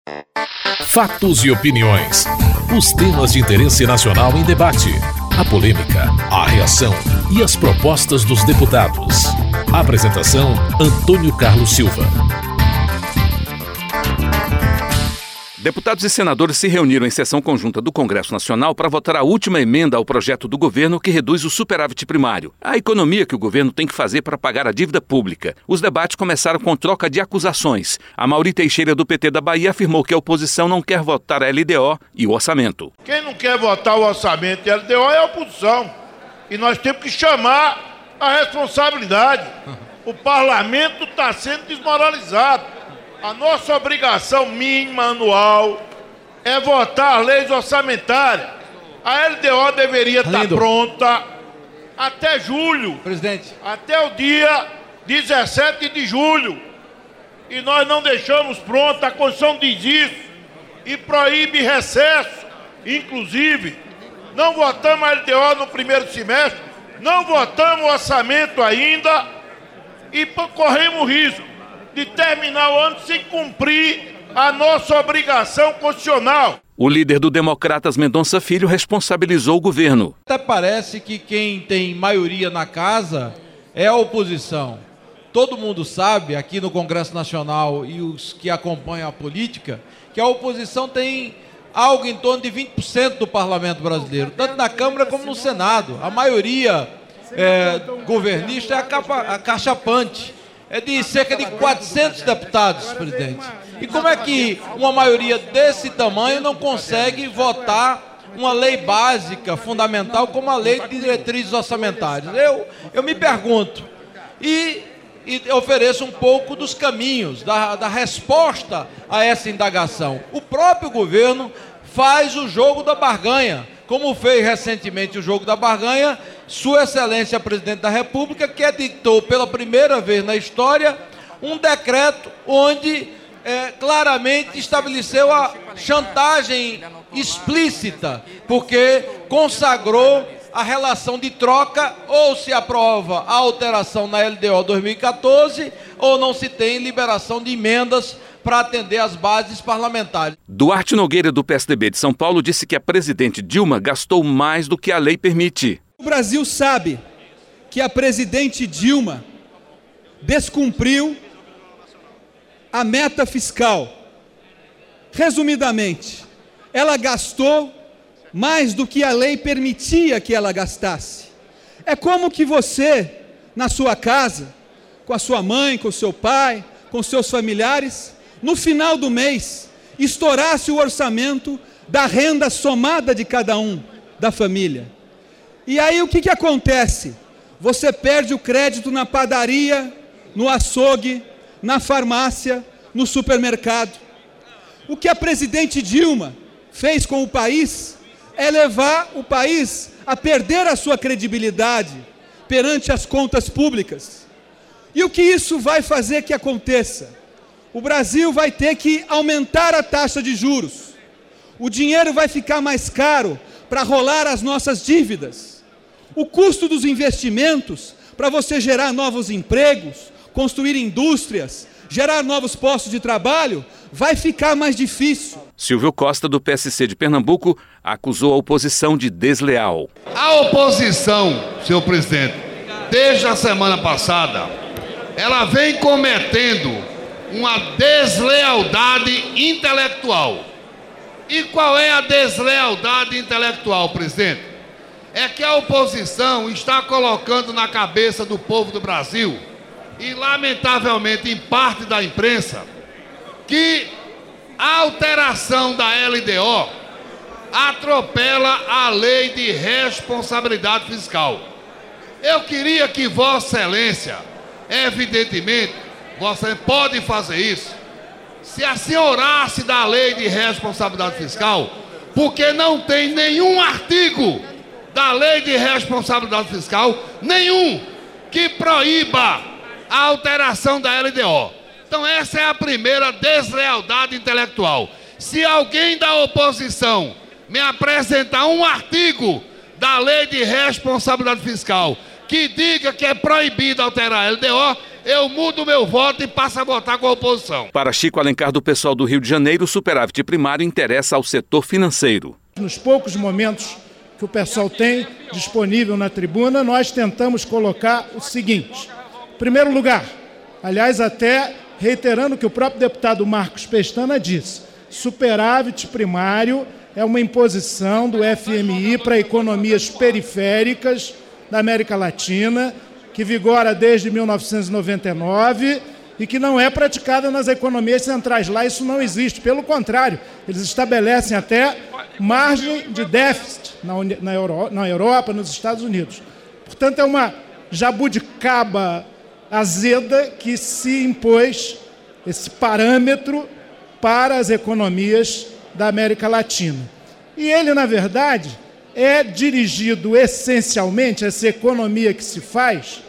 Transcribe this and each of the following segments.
Fatos e opiniões. Os temas de interesse nacional em debate. A polêmica, a reação e as propostas dos deputados. Apresentação: Antônio Carlos Silva. Deputados e senadores se reuniram em sessão conjunta do Congresso Nacional para votar a última emenda ao projeto do governo que reduz o superávit primário, a economia que o governo tem que fazer para pagar a dívida pública. Os debates começaram com troca de acusações. Amaury Teixeira, do PT da Bahia, afirmou que a oposição não quer votar a LDO e o orçamento. Quem não quer votar o orçamento e a LDO é a oposição. E nós temos que chamar a responsabilidade. O parlamento está sendo desmoralizado. A nossa obrigação mínima anual é votar leis orçamentárias. A LDO deveria estar pronta até julho. Presidente. Até o dia 17 de julho. E nós não deixamos pronta, a Constituição diz isso. E proíbe recesso. Inclusive, não votamos a LDO no primeiro semestre, não votamos o orçamento ainda e corremos risco de terminar o ano sem cumprir a nossa obrigação constitucional. O líder do Democratas, Mendonça Filho, responsabilizou o governo. Até parece que quem tem maioria na casa é a oposição. Todo mundo sabe, aqui no Congresso Nacional e os que acompanham a política, que a oposição tem algo em torno de 20% do parlamento brasileiro, tanto na Câmara como no Senado. A maioria governista é acachapante. É de cerca de 400 deputados, presidente. E como é que uma maioria desse tamanho não consegue votar uma lei básica, fundamental, como a Lei de Diretrizes Orçamentárias? Eu me pergunto, e ofereço um pouco dos caminhos, da resposta a essa indagação. O próprio governo faz o jogo da barganha, como fez recentemente o jogo da barganha, Sua Excelência Presidente da República, que editou pela primeira vez na história um decreto onde claramente estabeleceu a chantagem explícita, porque consagrou a relação de troca, ou se aprova a alteração na LDO 2014, ou não se tem liberação de emendas para atender às bases parlamentares. Duarte Nogueira, do PSDB de São Paulo, disse que a presidente Dilma gastou mais do que a lei permite. O Brasil sabe que a presidente Dilma descumpriu a meta fiscal. Resumidamente, ela gastou mais do que a lei permitia que ela gastasse. É como que você, na sua casa, com a sua mãe, com o seu pai, com seus familiares, no final do mês, estourasse o orçamento da renda somada de cada um da família. E aí o que acontece? Você perde o crédito na padaria, no açougue, na farmácia, no supermercado. O que a presidente Dilma fez com o país é levar o país a perder a sua credibilidade perante as contas públicas. E o que isso vai fazer que aconteça? O Brasil vai ter que aumentar a taxa de juros. O dinheiro vai ficar mais caro para rolar as nossas dívidas. O custo dos investimentos para você gerar novos empregos, construir indústrias, gerar novos postos de trabalho, vai ficar mais difícil. Silvio Costa, do PSC de Pernambuco, acusou a oposição de desleal. A oposição, senhor presidente, desde a semana passada, ela vem cometendo uma deslealdade intelectual. E qual é a deslealdade intelectual, presidente? É que a oposição está colocando na cabeça do povo do Brasil, e lamentavelmente em parte da imprensa, que a alteração da LDO atropela a lei de responsabilidade fiscal. Eu queria que Vossa Excelência, evidentemente, Vossa Excelência pode fazer isso, se assenhorasse da lei de responsabilidade fiscal, porque não tem nenhum artigo da lei de responsabilidade fiscal, nenhum, que proíba a alteração da LDO. Então essa é a primeira deslealdade intelectual. Se alguém da oposição me apresentar um artigo da lei de responsabilidade fiscal que diga que é proibido alterar a LDO, eu mudo meu voto e passo a votar com a oposição. Para Chico Alencar, do pessoal do Rio de Janeiro, o superávit primário interessa ao setor financeiro. Nos poucos momentos que o pessoal tem disponível na tribuna, nós tentamos colocar o seguinte. Em primeiro lugar, aliás, até reiterando o que o próprio deputado Marcos Pestana disse, superávit primário é uma imposição do FMI para economias periféricas da América Latina, que vigora desde 1999 e que não é praticada nas economias centrais. Lá isso não existe, pelo contrário, eles estabelecem até margem de déficit na Europa, nos Estados Unidos. Portanto, é uma jabuticaba azeda que se impôs esse parâmetro para as economias da América Latina. E ele, na verdade, é dirigido essencialmente, essa economia que se faz,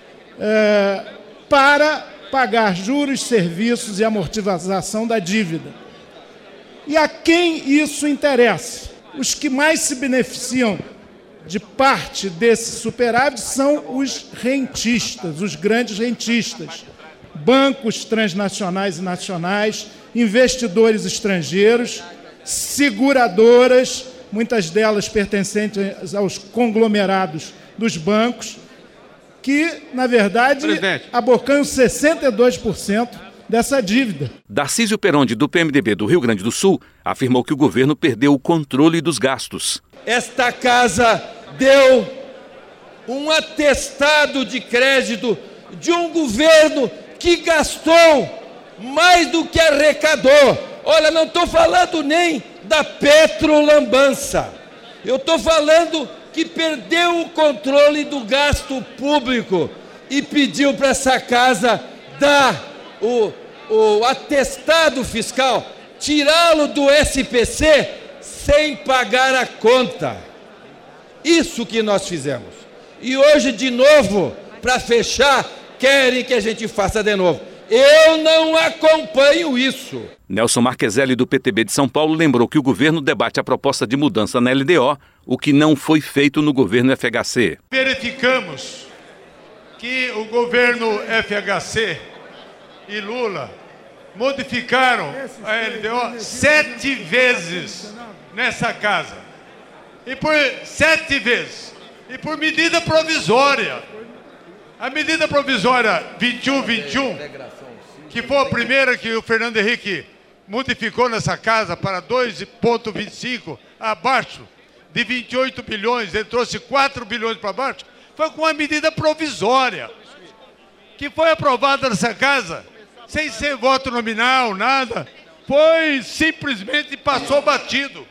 para pagar juros, serviços e amortização da dívida. E a quem isso interessa? Os que mais se beneficiam de parte desse superávit são os rentistas, os grandes rentistas, bancos transnacionais e nacionais, investidores estrangeiros, seguradoras, muitas delas pertencentes aos conglomerados dos bancos, que, na verdade, abocanham 62% dessa dívida. Darcísio Peronde, do PMDB do Rio Grande do Sul, afirmou que o governo perdeu o controle dos gastos. Esta casa deu um atestado de crédito de um governo que gastou mais do que arrecadou. Olha, não estou falando nem da Petrolambança. Eu estou falando que perdeu o controle do gasto público e pediu para essa casa dar o atestado fiscal, tirá-lo do SPC sem pagar a conta. Isso que nós fizemos. E hoje, de novo, para fechar, querem que a gente faça de novo. Eu não acompanho isso. Nelson Marqueselli, do PTB de São Paulo, lembrou que o governo debate a proposta de mudança na LDO, o que não foi feito no governo FHC. Verificamos que o governo FHC e Lula modificaram a LDO 7 vezes nessa casa. E por 7 vezes. E por medida provisória. A medida provisória 2121, que foi a primeira que o Fernando Henrique modificou nessa casa para 2,25 abaixo de 28 bilhões, ele trouxe 4 bilhões para baixo, foi com uma medida provisória, que foi aprovada nessa casa, sem ser voto nominal, nada, foi simplesmente passou batido.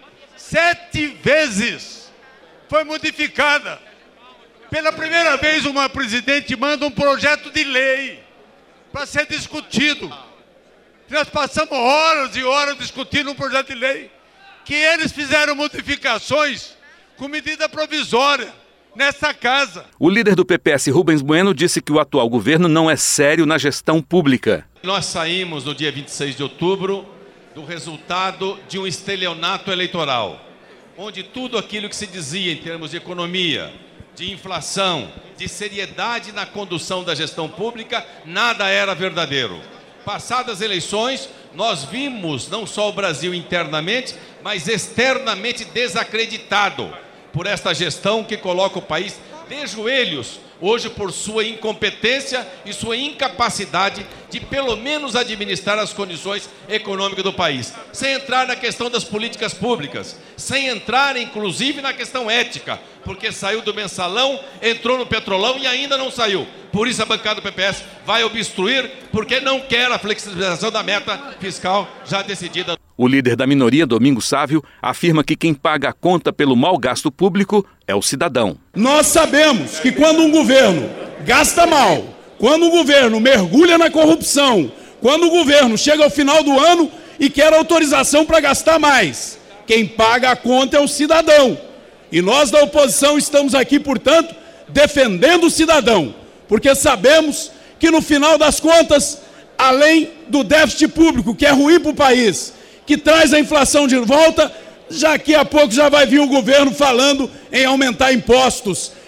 7 vezes foi modificada. Pela primeira vez, uma presidente manda um projeto de lei para ser discutido. Nós passamos horas e horas discutindo um projeto de lei que eles fizeram modificações com medida provisória nessa casa. O líder do PPS, Rubens Bueno, disse que o atual governo não é sério na gestão pública. Nós saímos no dia 26 de outubro do resultado de um estelionato eleitoral, onde tudo aquilo que se dizia em termos de economia, de inflação, de seriedade na condução da gestão pública, nada era verdadeiro. Passadas as eleições, nós vimos não só o Brasil internamente, mas externamente desacreditado por esta gestão que coloca o país de joelhos, hoje por sua incompetência e sua incapacidade de pelo menos administrar as condições econômicas do país, sem entrar na questão das políticas públicas, sem entrar inclusive na questão ética, porque saiu do mensalão, entrou no petrolão e ainda não saiu. Por isso a bancada do PPS vai obstruir, porque não quer a flexibilização da meta fiscal já decidida. O líder da minoria, Domingos Sávio, afirma que quem paga a conta pelo mau gasto público é o cidadão. Nós sabemos que quando um governo gasta mal, quando o governo mergulha na corrupção, quando o governo chega ao final do ano e quer autorização para gastar mais, quem paga a conta é o cidadão. E nós da oposição estamos aqui, portanto, defendendo o cidadão, porque sabemos que no final das contas, além do déficit público, que é ruim para o país, que traz a inflação de volta, daqui a pouco já vai vir o governo falando em aumentar impostos,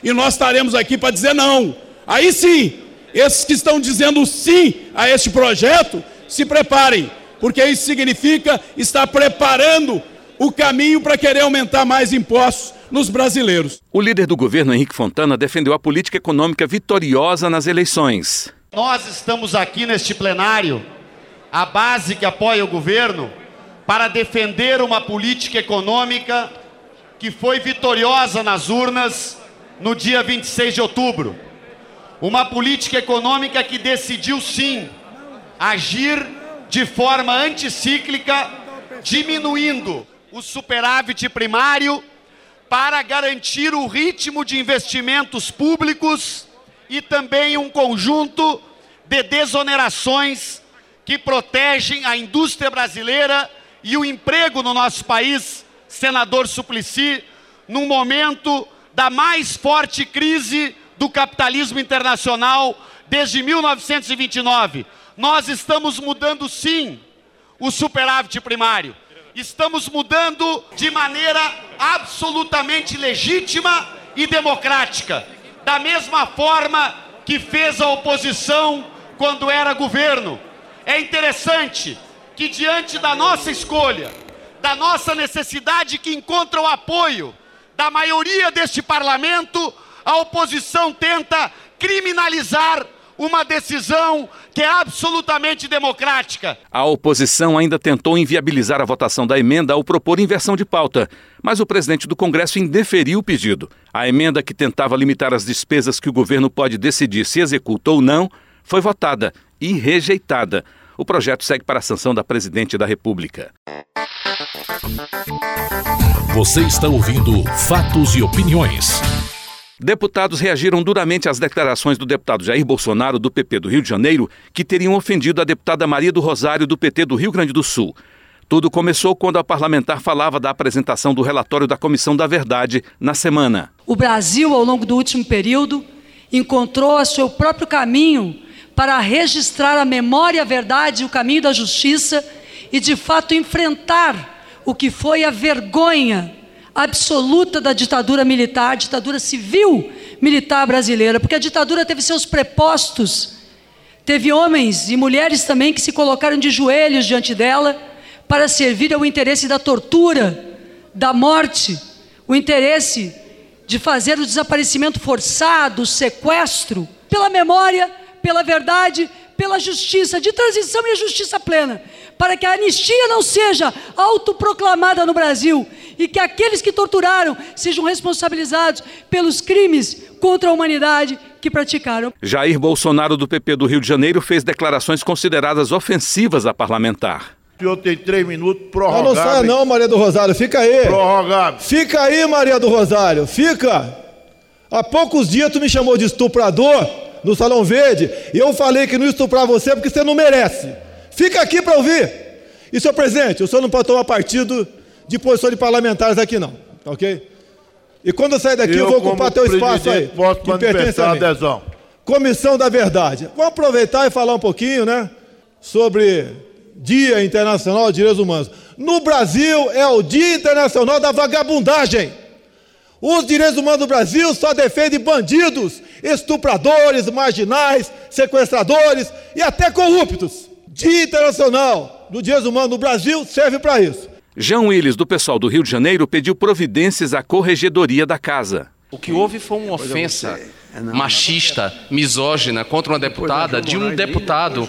e nós estaremos aqui para dizer não. Aí sim, esses que estão dizendo sim a este projeto, se preparem, porque isso significa estar preparando o caminho para querer aumentar mais impostos nos brasileiros. O líder do governo, Henrique Fontana, defendeu a política econômica vitoriosa nas eleições. Nós estamos aqui neste plenário, a base que apoia o governo, para defender uma política econômica que foi vitoriosa nas urnas no dia 26 de outubro. Uma política econômica que decidiu, sim, agir de forma anticíclica, diminuindo o superávit primário para garantir o ritmo de investimentos públicos e também um conjunto de desonerações que protegem a indústria brasileira e o emprego no nosso país, senador Suplicy, num momento da mais forte crise do capitalismo internacional desde 1929. Nós estamos mudando, sim, o superávit primário. Estamos mudando de maneira absolutamente legítima e democrática, da mesma forma que fez a oposição quando era governo. É interessante que, diante da nossa escolha, da nossa necessidade que encontra o apoio da maioria deste parlamento, a oposição tenta criminalizar uma decisão que é absolutamente democrática. A oposição ainda tentou inviabilizar a votação da emenda ao propor inversão de pauta, mas o presidente do Congresso indeferiu o pedido. A emenda, que tentava limitar as despesas que o governo pode decidir se executa ou não, foi votada e rejeitada. O projeto segue para a sanção da Presidente da República. Você está ouvindo Fatos e Opiniões. Deputados reagiram duramente às declarações do deputado Jair Bolsonaro, do PP do Rio de Janeiro, que teriam ofendido a deputada Maria do Rosário, do PT do Rio Grande do Sul. Tudo começou quando a parlamentar falava da apresentação do relatório da Comissão da Verdade na semana. O Brasil, ao longo do último período, encontrou o seu próprio caminho para registrar a memória, a verdade e o caminho da justiça e, de fato, enfrentar o que foi a vergonha absoluta da ditadura militar, ditadura civil militar brasileira, porque a ditadura teve seus prepostos, teve homens e mulheres também que se colocaram de joelhos diante dela para servir ao interesse da tortura, da morte, o interesse de fazer o desaparecimento forçado, o sequestro, pela memória, pela verdade, pela justiça, de transição e a justiça plena, para que a anistia não seja autoproclamada no Brasil e que aqueles que torturaram sejam responsabilizados pelos crimes contra a humanidade que praticaram. Jair Bolsonaro, do PP do Rio de Janeiro, fez declarações consideradas ofensivas à parlamentar. O senhor tem 3 minutos prorrogável. Não saia não, Maria do Rosário, fica aí. Prorrogável. Fica aí, Maria do Rosário, fica. Há poucos dias tu me chamou de estuprador no Salão Verde e eu falei que não ia estuprar você porque você não merece. Fica aqui para ouvir. E, senhor presidente, o senhor não pode tomar partido de posição de parlamentares aqui não, ok? E quando eu sair daqui eu vou ocupar teu espaço aí. Posso manifestar adesão. Comissão da Verdade. Vamos aproveitar e falar um pouquinho, né, sobre Dia Internacional de Direitos Humanos. No Brasil é o Dia Internacional da Vagabundagem. Os direitos humanos do Brasil só defendem bandidos, estupradores, marginais, sequestradores e até corruptos. Dia Internacional dos Direitos Humanos no Brasil serve para isso. João Willis, do PSOL do Rio de Janeiro, pediu providências à Corregedoria da Casa. O que houve foi uma ofensa machista, misógina contra uma deputada, de um deputado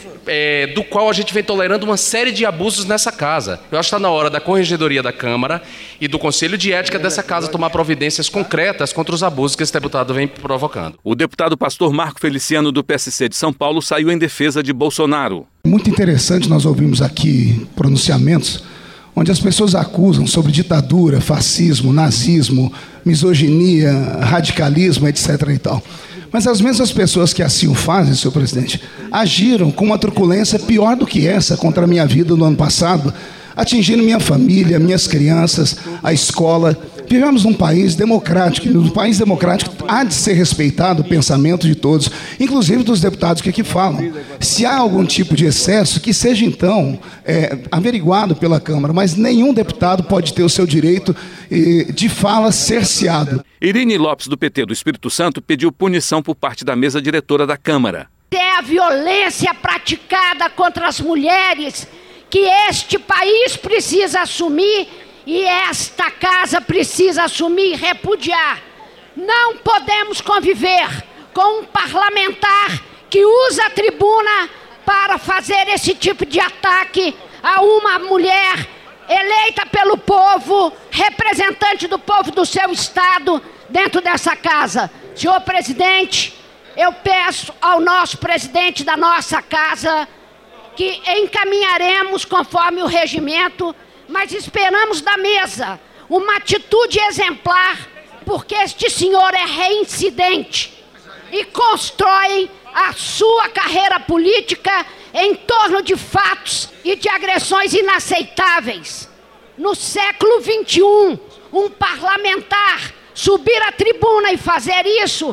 do qual a gente vem tolerando uma série de abusos nessa casa. Eu acho que está na hora da Corregedoria da Câmara e do Conselho de Ética dessa casa tomar providências concretas contra os abusos que esse deputado vem provocando. O deputado pastor Marco Feliciano, do PSC de São Paulo, saiu em defesa de Bolsonaro. Muito interessante, nós ouvimos aqui pronunciamentos onde as pessoas acusam sobre ditadura, fascismo, nazismo, misoginia, radicalismo, etc. e tal. Mas as mesmas pessoas que assim o fazem, senhor presidente, agiram com uma truculência pior do que essa contra a minha vida no ano passado, atingindo minha família, minhas crianças, a escola. Vivemos num país democrático, e no país democrático há de ser respeitado o pensamento de todos, inclusive dos deputados que aqui falam. Se há algum tipo de excesso, que seja então averiguado pela Câmara, mas nenhum deputado pode ter o seu direito de fala cerceado. Irine Lopes, do PT do Espírito Santo, pediu punição por parte da mesa diretora da Câmara. É a violência praticada contra as mulheres que este país precisa assumir e esta casa precisa assumir e repudiar. Não podemos conviver com um parlamentar que usa a tribuna para fazer esse tipo de ataque a uma mulher eleita pelo povo, representante do povo do seu estado, dentro dessa casa. Senhor presidente, eu peço ao nosso presidente da nossa casa que encaminharemos conforme o regimento, mas esperamos da mesa uma atitude exemplar, porque este senhor é reincidente e constrói a sua carreira política em torno de fatos e de agressões inaceitáveis. No século XXI, um parlamentar subir à tribuna e fazer isso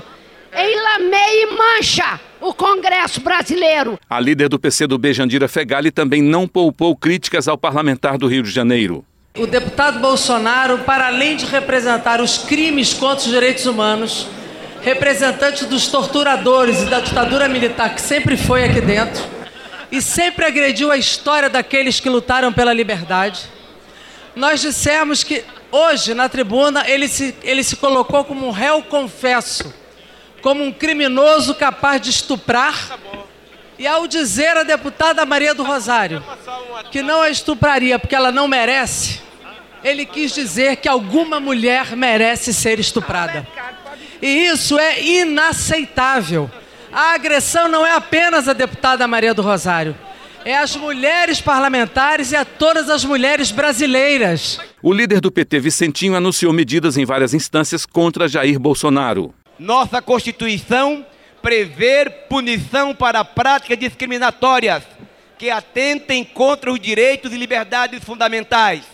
enlameia e mancha o Congresso brasileiro. A líder do PCdoB, Jandira Fegali, também não poupou críticas ao parlamentar do Rio de Janeiro. O deputado Bolsonaro, para além de representar os crimes contra os direitos humanos, representante dos torturadores e da ditadura militar que sempre foi aqui dentro e sempre agrediu a história daqueles que lutaram pela liberdade, nós dissemos que hoje, na tribuna, ele se colocou como um réu confesso, como um criminoso capaz de estuprar, e ao dizer à deputada Maria do Rosário que não a estupraria porque ela não merece, ele quis dizer que alguma mulher merece ser estuprada. E isso é inaceitável. A agressão não é apenas a deputada Maria do Rosário, é às mulheres parlamentares e a todas as mulheres brasileiras. O líder do PT, Vicentinho, anunciou medidas em várias instâncias contra Jair Bolsonaro. Nossa Constituição prevê punição para práticas discriminatórias que atentem contra os direitos e liberdades fundamentais.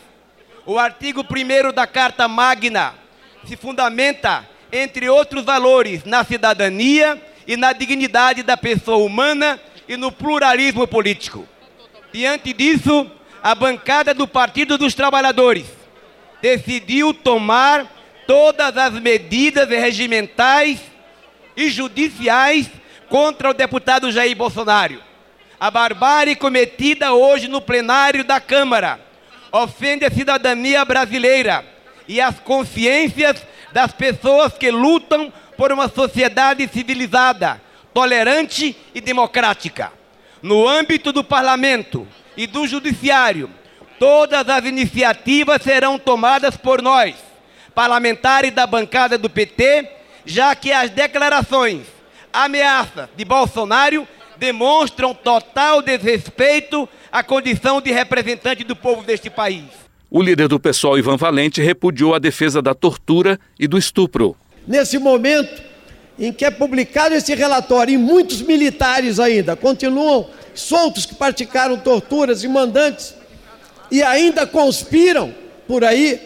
O artigo 1º da Carta Magna se fundamenta, entre outros valores, na cidadania e na dignidade da pessoa humana e no pluralismo político. Diante disso, a bancada do Partido dos Trabalhadores decidiu tomar todas as medidas regimentais e judiciais contra o deputado Jair Bolsonaro. A barbárie cometida hoje no plenário da Câmara ofende a cidadania brasileira e as consciências das pessoas que lutam por uma sociedade civilizada, tolerante e democrática. No âmbito do Parlamento e do Judiciário, todas as iniciativas serão tomadas por nós, parlamentares da bancada do PT, já que as declarações, ameaças de Bolsonaro demonstram total desrespeito à condição de representante do povo deste país. O líder do PSOL, Ivan Valente, repudiou a defesa da tortura e do estupro. Nesse momento em que é publicado esse relatório, e muitos militares ainda continuam soltos que praticaram torturas e mandantes e ainda conspiram por aí,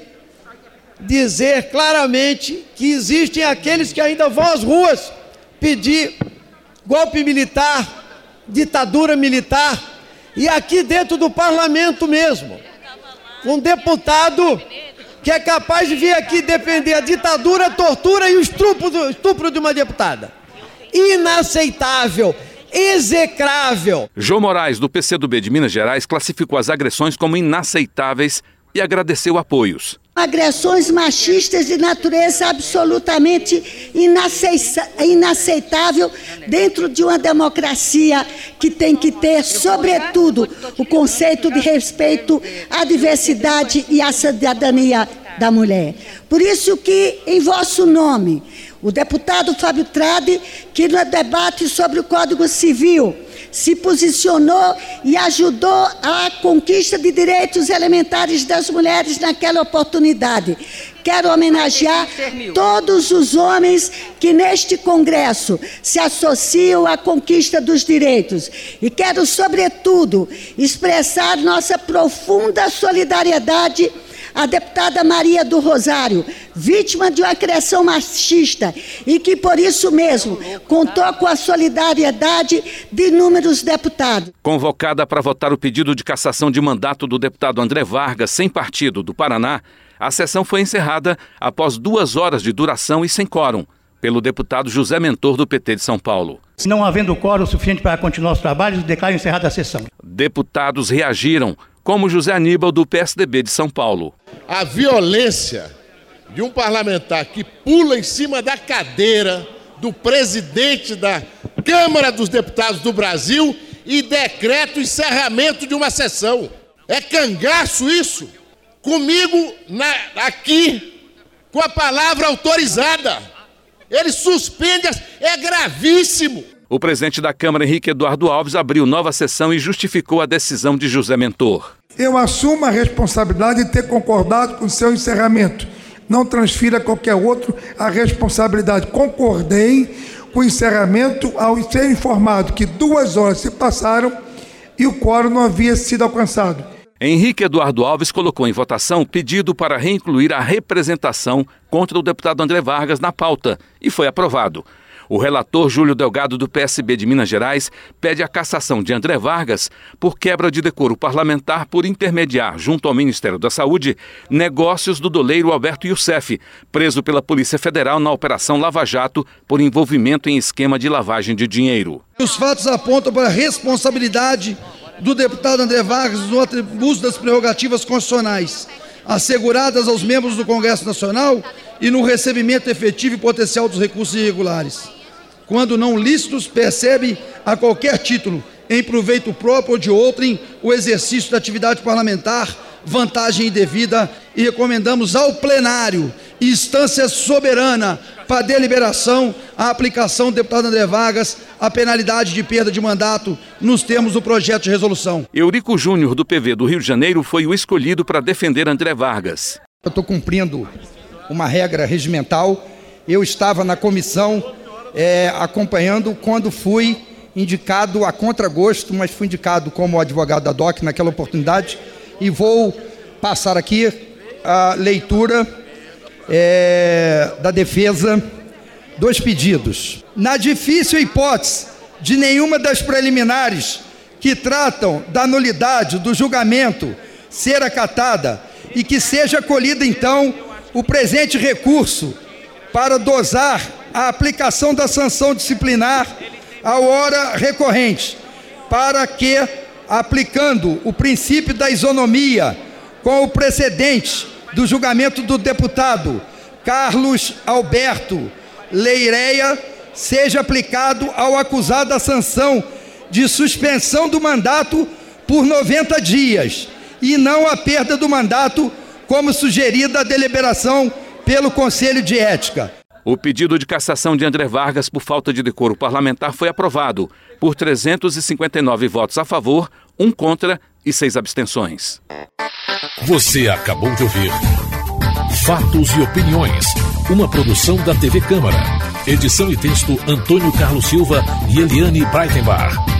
dizer claramente que existem aqueles que ainda vão às ruas pedir golpe militar, ditadura militar, e aqui dentro do parlamento mesmo, um deputado que é capaz de vir aqui defender a ditadura, a tortura e o estupro de uma deputada. Inaceitável, execrável. João Moraes, do PCdoB de Minas Gerais, classificou as agressões como inaceitáveis e agradeceu apoios. Agressões machistas de natureza absolutamente inaceitável dentro de uma democracia que tem que ter, sobretudo, o conceito de respeito à diversidade e à cidadania da mulher. Por isso que, em vosso nome, o deputado Fábio Trade, que no debate sobre o Código Civil se posicionou e ajudou a conquista de direitos elementares das mulheres naquela oportunidade. Quero homenagear todos os homens que neste Congresso se associam à conquista dos direitos. E quero, sobretudo, expressar nossa profunda solidariedade à deputada Maria do Rosário, vítima de uma agressão machista e que, por isso mesmo, contou com a solidariedade de inúmeros deputados. Convocada para votar o pedido de cassação de mandato do deputado André Vargas, sem partido, do Paraná, A sessão foi encerrada após 2 horas de duração e sem quórum, pelo deputado José Mentor, do PT de São Paulo. Não havendo quórum suficiente para continuar os trabalhos, declaro encerrada a sessão. Deputados reagiram, como José Aníbal, do PSDB de São Paulo. A violência de um parlamentar que pula em cima da cadeira do presidente da Câmara dos Deputados do Brasil e decreta o encerramento de uma sessão. É cangaço isso? Comigo aqui, com a palavra autorizada. Ele suspende, é gravíssimo. O presidente da Câmara, Henrique Eduardo Alves, abriu nova sessão e justificou a decisão de José Mentor. Eu assumo a responsabilidade de ter concordado com o seu encerramento. Não transfira a qualquer outro a responsabilidade. Concordei com o encerramento ao ser informado que 2 horas se passaram e o quórum não havia sido alcançado. Henrique Eduardo Alves colocou em votação o pedido para reincluir a representação contra o deputado André Vargas na pauta e foi aprovado. O relator Júlio Delgado, do PSB de Minas Gerais, pede a cassação de André Vargas por quebra de decoro parlamentar por intermediar, junto ao Ministério da Saúde, negócios do doleiro Alberto Youssef, preso pela Polícia Federal na Operação Lava Jato por envolvimento em esquema de lavagem de dinheiro. Os fatos apontam para a responsabilidade do deputado André Vargas no abuso das prerrogativas constitucionais asseguradas aos membros do Congresso Nacional e no recebimento efetivo e potencial dos recursos irregulares, quando não lícitos, percebe a qualquer título, em proveito próprio ou de outrem, o exercício da atividade parlamentar, vantagem indevida, e recomendamos ao plenário, instância soberana para deliberação, a aplicação do deputado André Vargas, a penalidade de perda de mandato nos termos do projeto de resolução. Eurico Júnior, do PV do Rio de Janeiro, foi o escolhido para defender André Vargas. Eu estou cumprindo uma regra regimental. Eu estava na comissão acompanhando quando fui indicado a contragosto, mas fui indicado como advogado da DOC naquela oportunidade, e vou passar aqui a leitura da defesa dos pedidos. Na difícil hipótese de nenhuma das preliminares que tratam da nulidade do julgamento ser acatada e que seja acolhido então o presente recurso para dosar a aplicação da sanção disciplinar à hora recorrente, para que, aplicando o princípio da isonomia com o precedente do julgamento do deputado Carlos Alberto Leireia, seja aplicado ao acusado a sanção de suspensão do mandato por 90 dias e não a perda do mandato, como sugerida a deliberação pelo Conselho de Ética. O pedido de cassação de André Vargas por falta de decoro parlamentar foi aprovado por 359 votos a favor, 1 contra e 6 abstenções. Você acabou de ouvir Fatos e Opiniões, uma produção da TV Câmara. Edição e texto Antônio Carlos Silva e Eliane Breitenbach.